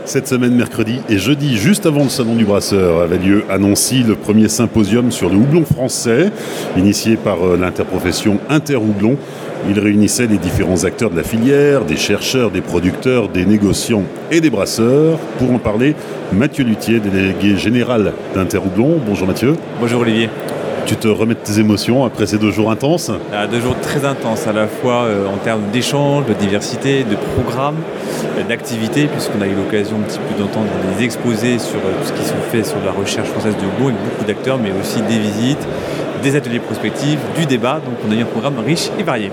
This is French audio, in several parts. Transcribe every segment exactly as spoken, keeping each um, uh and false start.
Cette semaine, mercredi et jeudi, juste avant le Salon du Brasseur, avait lieu à Nancy le premier symposium sur le houblon français, initié par l'interprofession Interhoublon. Il réunissait les différents acteurs de la filière, des chercheurs, des producteurs, des négociants et des brasseurs. Pour en parler, Mathieu Luthier, délégué général d'Interhoublon. Bonjour Mathieu. Bonjour Olivier. Tu te remets de tes émotions après ces deux jours intenses ? Ah, deux jours très intenses, à la fois euh, en termes d'échanges, de diversité, de programmes, euh, d'activités, puisqu'on a eu l'occasion un petit peu d'entendre des exposés sur euh, tout ce qui sont faits sur la recherche française de houblon, avec beaucoup d'acteurs, mais aussi des visites, des ateliers prospectifs, du débat. Donc on a eu un programme riche et varié.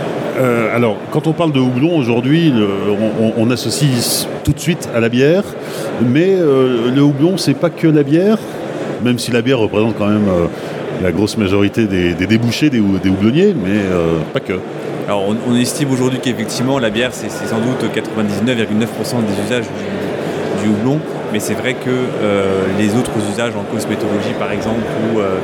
Euh, alors, quand on parle de houblon aujourd'hui, le, on, on associe tout de suite à la bière, mais euh, le houblon, c'est pas que la bière, même si la bière représente quand même euh, la grosse majorité des, des débouchés des, des houblonniers, mais euh, pas que. Alors, on, on estime aujourd'hui qu'effectivement, la bière, c'est, c'est sans doute quatre-vingt-dix-neuf virgule neuf pour cent des usages du, du houblon, mais c'est vrai que euh, les autres usages en cosmétologie, par exemple, ou euh,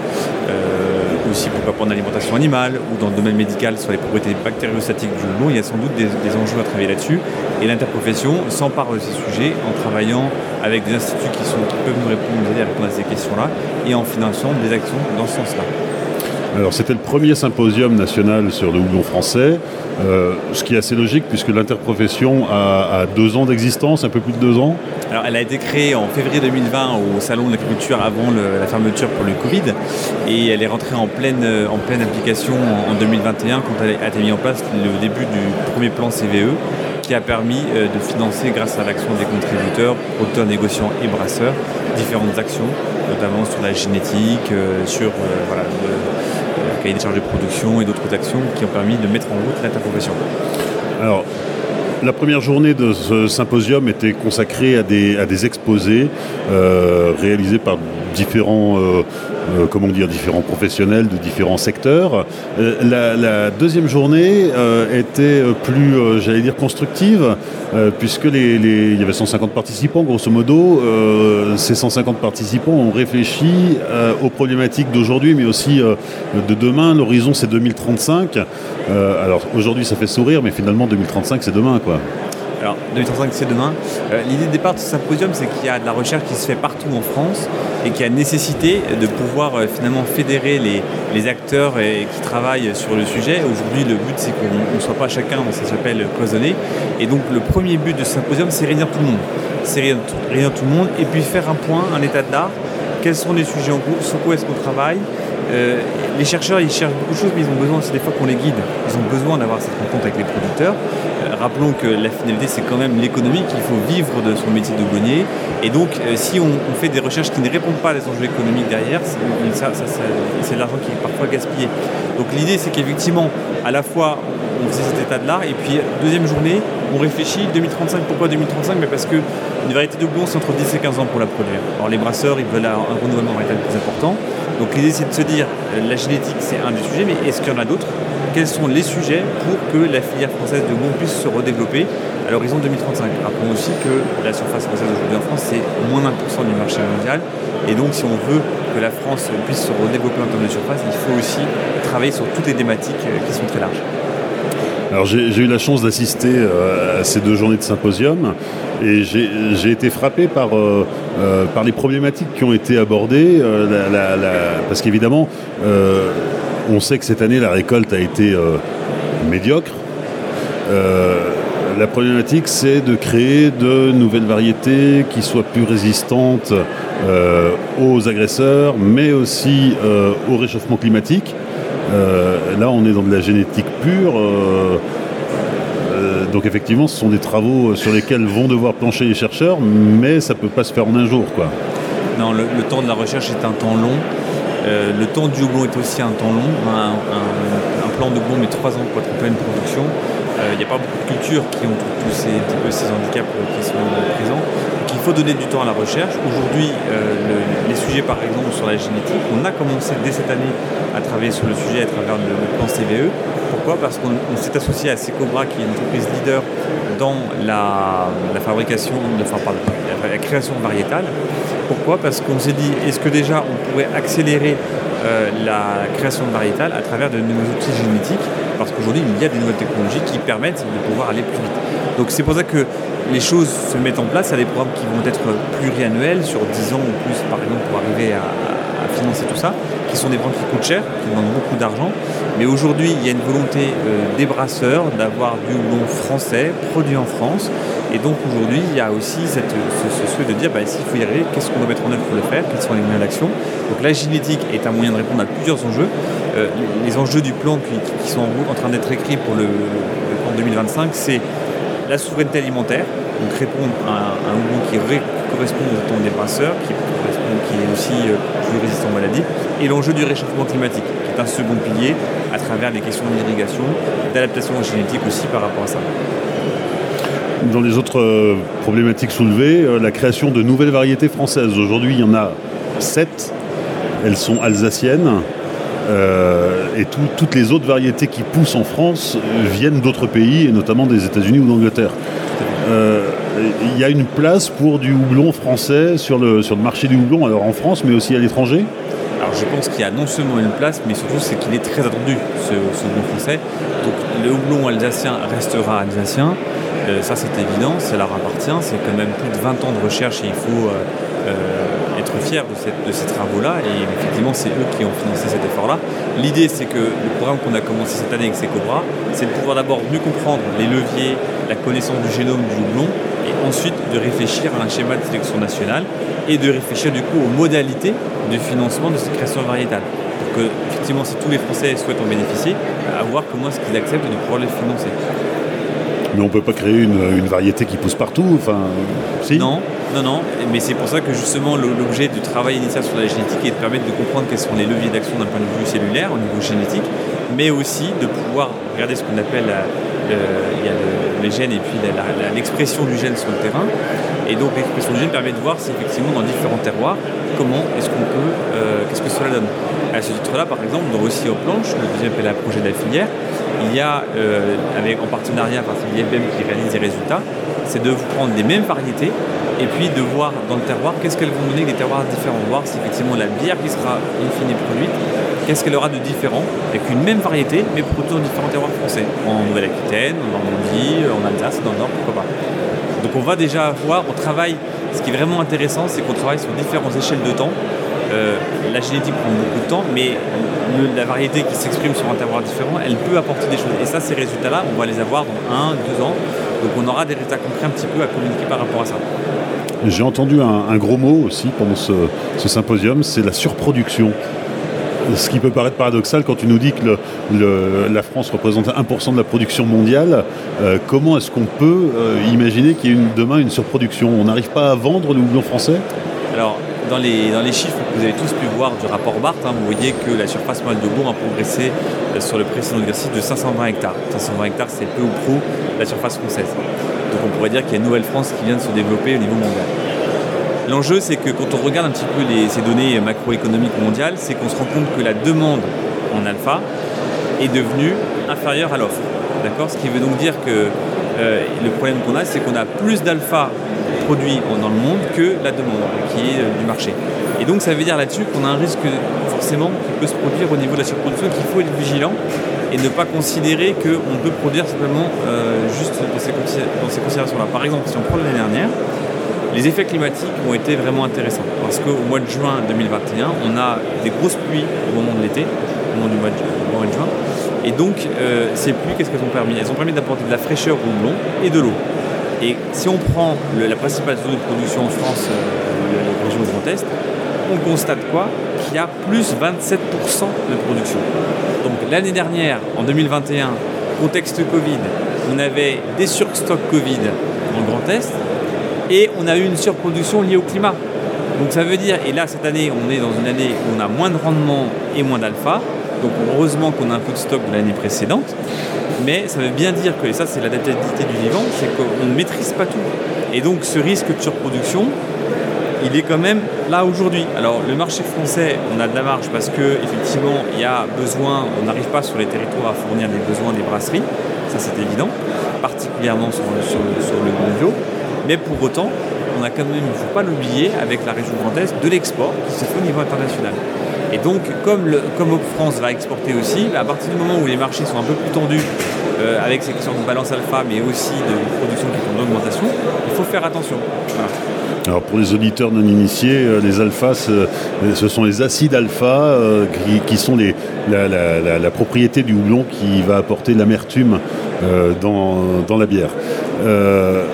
euh, aussi pourquoi pas en alimentation animale, ou dans le domaine médical sur les propriétés bactériostatiques du houblon, il y a sans doute des, des enjeux à travailler là-dessus. Et l'interprofession s'empare de ces sujets en travaillant avec des instituts qui, sont, qui peuvent nous, répondre, nous aider à répondre à ces questions-là et en finançant des actions dans ce sens-là. Alors c'était le premier symposium national sur le houblon français, euh, ce qui est assez logique puisque l'interprofession a, a deux ans d'existence, un peu plus de deux ans. Alors elle a été créée en février deux mille vingt au Salon de l'agriculture avant le, la fermeture pour le Covid, et elle est rentrée en pleine, en pleine application en, en deux mille vingt et un quand elle a été mise en place le début du premier plan C V E qui a permis euh, de financer grâce à l'action des contributeurs, producteurs, négociants et brasseurs, différentes actions, notamment sur la génétique, euh, sur euh, voilà, le, le cahier des charges de production et d'autres actions qui ont permis de mettre en route l'interprofession. Alors, la première journée de ce symposium était consacrée à des, à des exposés euh, réalisés par différents, euh, euh, comment dire, différents professionnels de différents secteurs. Euh, la, la deuxième journée euh, était plus, euh, j'allais dire, constructive, euh, puisque les, les, il y avait cent cinquante participants, grosso modo. Euh, ces cent cinquante participants ont réfléchi euh, aux problématiques d'aujourd'hui, mais aussi euh, de demain. L'horizon, c'est deux mille trente-cinq. Euh, alors, aujourd'hui, ça fait sourire, mais finalement, deux mille trente-cinq, c'est demain, quoi. Alors, deux mille trente-cinq, c'est demain. Euh, l'idée de départ de ce symposium, c'est qu'il y a de la recherche qui se fait partout en France et qu'il y a nécessité de pouvoir euh, finalement fédérer les, les acteurs et, qui travaillent sur le sujet. Aujourd'hui, le but, c'est qu'on ne soit pas chacun dans sa chapelle cloisonnée. Et donc, le premier but de ce symposium, c'est réunir tout le monde. C'est réunir, réunir tout le monde et puis faire un point, un état de l'art. Quels sont les sujets en cours, sur quoi est-ce qu'on travaille. Euh, les chercheurs, ils cherchent beaucoup de choses, mais ils ont besoin aussi des fois qu'on les guide. Ils ont besoin d'avoir cette rencontre avec les producteurs. Euh, rappelons que la finalité, c'est quand même l'économie, qu'il faut vivre de son métier de houblonnier. Et donc, euh, si on, on fait des recherches qui ne répondent pas à les enjeux économiques derrière, c'est, ça, ça, ça, c'est de l'argent qui est parfois gaspillé. Donc l'idée, c'est qu'effectivement, à la fois, on faisait cet état de l'art, et puis deuxième journée, on réfléchit, deux mille trente-cinq, pourquoi deux mille trente-cinq ? Mais parce qu'une variété de houblon, c'est entre dix et quinze ans pour la produire. Alors les brasseurs, ils veulent un renouvellement variétal plus important. Donc l'idée, c'est de se dire, la génétique, c'est un des sujets, mais est-ce qu'il y en a d'autres ? Quels sont les sujets pour que la filière française de houblon puisse se redévelopper à l'horizon deux mille trente-cinq ? Rappelons aussi que la surface française aujourd'hui en France, c'est moins d'un pour cent du marché mondial. Et donc, si on veut que la France puisse se redévelopper en termes de surface, il faut aussi travailler sur toutes les thématiques qui sont très larges. Alors j'ai, j'ai eu la chance d'assister euh, à ces deux journées de symposium et j'ai, j'ai été frappé par, euh, euh, par les problématiques qui ont été abordées, euh, la, la, la, parce qu'évidemment, euh, on sait que cette année, la récolte a été euh, médiocre. Euh, la problématique, c'est de créer de nouvelles variétés qui soient plus résistantes euh, aux agresseurs, mais aussi euh, au réchauffement climatique. Euh, là, on est dans de la génétique pure. Euh, euh, donc, effectivement, ce sont des travaux sur lesquels vont devoir plancher les chercheurs, mais ça ne peut pas se faire en un jour, quoi. Non, le, le temps de la recherche est un temps long. Euh, le temps du houblon est aussi un temps long. Un, un, un plan de houblon met trois ans pour être en pleine production. Il n'y a pas beaucoup de cultures qui ont tous ces, ces handicaps qui sont présents. Donc il faut donner du temps à la recherche. Aujourd'hui, euh, le, les sujets par exemple sur la génétique, on a commencé dès cette année à travailler sur le sujet à travers le, le plan C V E. Pourquoi ? Parce qu'on on s'est associé à Secobra, qui est une entreprise leader dans la, la fabrication, enfin pardon, la, la création variétale. Pourquoi ? Parce qu'on s'est dit, est-ce que déjà on pourrait accélérer euh, la création de variétale à travers de nouveaux outils génétiques ? parce qu'aujourd'hui, il y a des nouvelles technologies qui permettent de pouvoir aller plus vite. Donc c'est pour ça que les choses se mettent en place. Il y a des programmes qui vont être pluriannuels, sur dix ans ou plus, par exemple, pour arriver à, à financer tout ça, qui sont des programmes qui coûtent cher, qui demandent beaucoup d'argent. Mais aujourd'hui, il y a une volonté euh, des brasseurs d'avoir du houblon français, produit en France. Et donc aujourd'hui, il y a aussi cette, ce, ce souhait de dire, bah, s'il faut y arriver, qu'est-ce qu'on doit mettre en œuvre pour le faire, quels sont les moyens d'action. Donc la génétique est un moyen de répondre à plusieurs enjeux. Euh, les enjeux du plan qui, qui sont en train d'être écrits pour le, le plan deux mille vingt-cinq, c'est la souveraineté alimentaire, donc répondre à un houblon qui ré- correspond aux attentes des brasseurs, qui, qui est aussi euh, plus résistant aux maladies, et l'enjeu du réchauffement climatique, qui est un second pilier à travers les questions d'irrigation, d'adaptation génétique aussi par rapport à ça. Dans les autres euh, problématiques soulevées, euh, la création de nouvelles variétés françaises. Aujourd'hui, il y en a sept. Elles sont alsaciennes. Euh, et tout, toutes les autres variétés qui poussent en France euh, viennent d'autres pays, et notamment des États-Unis ou d'Angleterre. Euh, il y a une place pour du houblon français sur le, sur le marché du houblon, alors en France, mais aussi à l'étranger. Alors je pense qu'il y a non seulement une place, mais surtout c'est qu'il est très attendu, ce, ce houblon français. Donc le houblon alsacien restera alsacien. Euh, ça c'est évident, ça leur appartient, c'est quand même plus de vingt ans de recherche et il faut euh, euh, être fier de, cette, de ces travaux-là et effectivement c'est eux qui ont financé cet effort-là. L'idée c'est que le programme qu'on a commencé cette année avec Secobra, c'est de pouvoir d'abord mieux comprendre les leviers, la connaissance du génome du houblon et ensuite de réfléchir à un schéma de sélection nationale et de réfléchir du coup aux modalités de financement de cette création variétale. Pour que effectivement si tous les Français souhaitent en bénéficier, à voir comment est-ce qu'ils acceptent de pouvoir les financer. Mais on ne peut pas créer une, une variété qui pousse partout, enfin, si ? Non, non, non, mais c'est pour ça que justement l'objet du travail initial sur la génétique est de permettre de comprendre quels sont les leviers d'action d'un point de vue cellulaire, au niveau génétique, mais aussi de pouvoir regarder ce qu'on appelle la, le, il y a le, les gènes et puis la, la, l'expression du gène sur le terrain. Et donc l'expression du gène permet de voir si effectivement dans différents terroirs, comment est-ce qu'on peut, euh, qu'est-ce que cela donne. À ce titre-là, par exemple, dans aussi aux planches, le deuxième appel à projet de la filière, il y a, euh, avec, en partenariat avec l'I F M qui réalise des résultats, c'est de prendre les mêmes variétés et puis de voir dans le terroir qu'est-ce qu'elles vont donner des terroirs différents, voir si effectivement la bière qui sera in fine produite, qu'est-ce qu'elle aura de différent avec une même variété mais produite dans différents terroirs français, en Nouvelle-Aquitaine, en Normandie, en Alsace, dans le Nord, pourquoi pas. Donc on va déjà voir, on travaille, ce qui est vraiment intéressant, c'est qu'on travaille sur différentes échelles de temps. Euh, la génétique prend beaucoup de temps, mais le, la variété qui s'exprime sur un terroir différent, elle peut apporter des choses. Et ça, ces résultats-là, on va les avoir dans un, deux ans. Donc on aura des résultats concrets un petit peu à communiquer par rapport à ça. J'ai entendu un, un gros mot aussi pendant ce, ce symposium, c'est la surproduction. Ce qui peut paraître paradoxal quand tu nous dis que le, le, la France représente un pour cent de la production mondiale. Euh, comment est-ce qu'on peut euh, imaginer qu'il y ait une, demain une surproduction ? On n'arrive pas à vendre le houblon français ? Alors, dans les, dans les chiffres que vous avez tous pu voir du rapport Barth, hein, vous voyez que la surface mondiale de houblon a progressé euh, sur le précédent exercice de cinq cent vingt hectares. cinq cent vingt hectares, c'est peu ou prou la surface française. Donc on pourrait dire qu'il y a une Nouvelle-France qui vient de se développer au niveau mondial. L'enjeu, c'est que quand on regarde un petit peu les, ces données macroéconomiques mondiales, c'est qu'on se rend compte que la demande en alpha est devenue inférieure à l'offre. D'accord ? Ce qui veut donc dire que euh, le problème qu'on a, c'est qu'on a plus d'alpha produits dans le monde que la demande qui est euh, du marché. Et donc ça veut dire là-dessus qu'on a un risque forcément qui peut se produire au niveau de la surproduction, qu'il faut être vigilant et ne pas considérer qu'on peut produire simplement euh, juste dans ces, dans ces considérations-là. Par exemple, si on prend l'année dernière, les effets climatiques ont été vraiment intéressants parce qu'au mois de juin deux mille vingt et un, on a des grosses pluies au moment de l'été, au moment du mois de, au mois de juin. Et donc, euh, ces pluies, qu'est-ce qu'elles ont permis ? Elles ont permis d'apporter de la fraîcheur au houblon et de l'eau. Et si on prend le, la principale zone de production en France, euh, la région Grand Est, on constate quoi ? Qu'il y a plus vingt-sept pour cent de production. Donc l'année dernière, en deux mille vingt et un, contexte Covid, on avait des surstocks Covid en Grand Est, et on a eu une surproduction liée au climat. Donc ça veut dire, et là cette année, on est dans une année où on a moins de rendement et moins d'alpha, donc heureusement qu'on a un peu de stock de l'année précédente, mais ça veut bien dire que, et ça c'est l'adaptabilité du vivant, c'est qu'on ne maîtrise pas tout. Et donc ce risque de surproduction, il est quand même là aujourd'hui. Alors le marché français, on a de la marge parce qu'effectivement il y a besoin, on n'arrive pas sur les territoires à fournir les besoins des brasseries, ça c'est évident, particulièrement sur, sur, sur le bon bio. Mais pour autant, on a quand même, il ne faut pas l'oublier, avec la région Grand Est, de l'export qui se fait au niveau international. Et donc, comme, le, comme Hop France va exporter aussi, à partir du moment où les marchés sont un peu plus tendus, euh, avec ces questions de balance alpha, mais aussi de production qui est en augmentation, il faut faire attention. Voilà. Alors pour les auditeurs non initiés, les alphas, ce sont les acides alpha euh, qui, qui sont les, la, la, la, la propriété du houblon qui va apporter l'amertume euh, dans, dans la bière. Euh,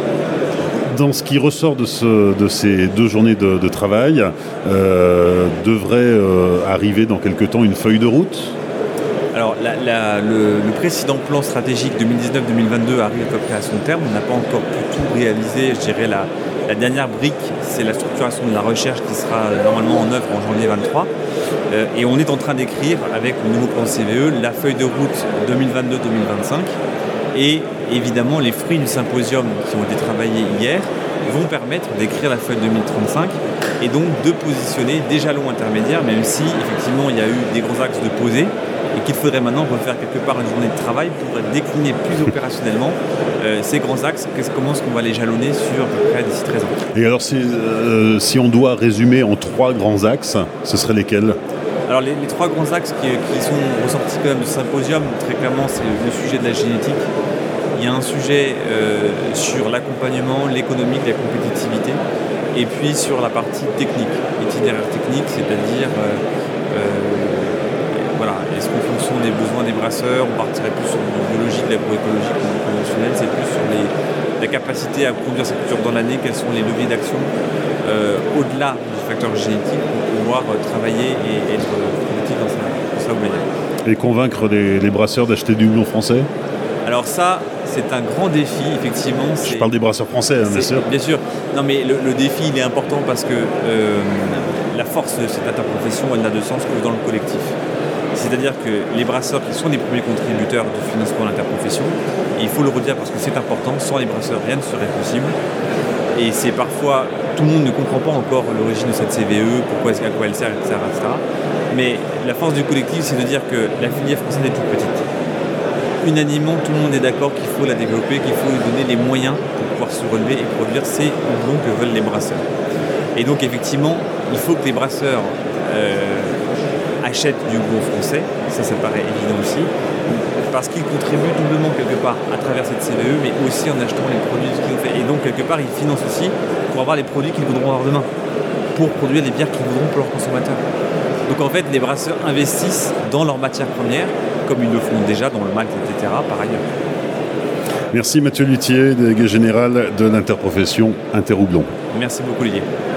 Dans ce qui ressort de, ce, de ces deux journées de, de travail, euh, devrait euh, arriver dans quelque temps une feuille de route. Alors la, la, le, le précédent plan stratégique deux mille dix-neuf deux mille vingt-deux arrive à peu près à son terme. On n'a pas encore pu tout réaliser. Je dirais la, la dernière brique, c'est la structuration de la recherche qui sera normalement en œuvre en janvier vingt-trois. Euh, et on est en train d'écrire avec le nouveau plan C V E la feuille de route deux mille vingt-deux deux mille vingt-cinq. Et évidemment, les fruits du symposium qui ont été travaillés hier vont permettre d'écrire la feuille deux mille trente-cinq et donc de positionner des jalons intermédiaires, même si effectivement il y a eu des gros axes de posés et qu'il faudrait maintenant refaire quelque part une journée de travail pour décliner plus opérationnellement euh, ces grands axes. Comment est-ce qu'on va les jalonner sur à peu près d'ici treize ans? Et alors si, euh, si on doit résumer en trois grands axes, ce seraient lesquels? Alors les, les trois grands axes qui, qui sont ressortis quand même du symposium, très clairement, c'est le, le sujet de la génétique. Il y a un sujet euh, sur l'accompagnement, l'économique, la compétitivité, et puis sur la partie technique, itinéraire technique, c'est-à-dire euh, euh, voilà, est-ce qu'en fonction des besoins des brasseurs, on partirait plus sur du biologique, de l'agroécologique ou du conventionnel, c'est plus sur les, la capacité à produire sa culture dans l'année, quels sont les leviers d'action euh, au-delà du facteur génétique pour pouvoir euh, travailler et être productif dans sa, dans sa manière. Et convaincre les, les brasseurs d'acheter du houblon français? Alors ça, c'est un grand défi, effectivement. Je parle des brasseurs français, hein, bien sûr. Bien sûr. Non, mais le, le défi, il est important parce que euh, la force de cette interprofession, elle n'a de sens que dans le collectif. C'est-à-dire que les brasseurs qui sont les premiers contributeurs du financement de l'interprofession, et il faut le redire parce que c'est important, sans les brasseurs, rien ne serait possible. Et c'est parfois, tout le monde ne comprend pas encore l'origine de cette C V E, pourquoi est-ce, à quoi elle sert, et cetera, et cetera. Mais la force du collectif, c'est de dire que la filière française est toute petite. Unanimement, tout le monde est d'accord qu'il faut la développer, qu'il faut lui donner les moyens pour pouvoir se relever et produire ces houblons que veulent les brasseurs. Et donc, effectivement, il faut que les brasseurs euh, achètent du houblon français, ça, ça paraît évident aussi, parce qu'ils contribuent doublement quelque part à travers cette C V E, mais aussi en achetant les produits qu'ils ont fait. Et donc, quelque part, ils financent aussi pour avoir les produits qu'ils voudront avoir demain, pour produire les bières qu'ils voudront pour leurs consommateurs. Donc, en fait, les brasseurs investissent dans leurs matières premières, comme ils le font déjà dans le malt, et cetera, par ailleurs. Merci Mathieu Luthier, délégué général de l'interprofession Interhoublon. Merci beaucoup, Olivier.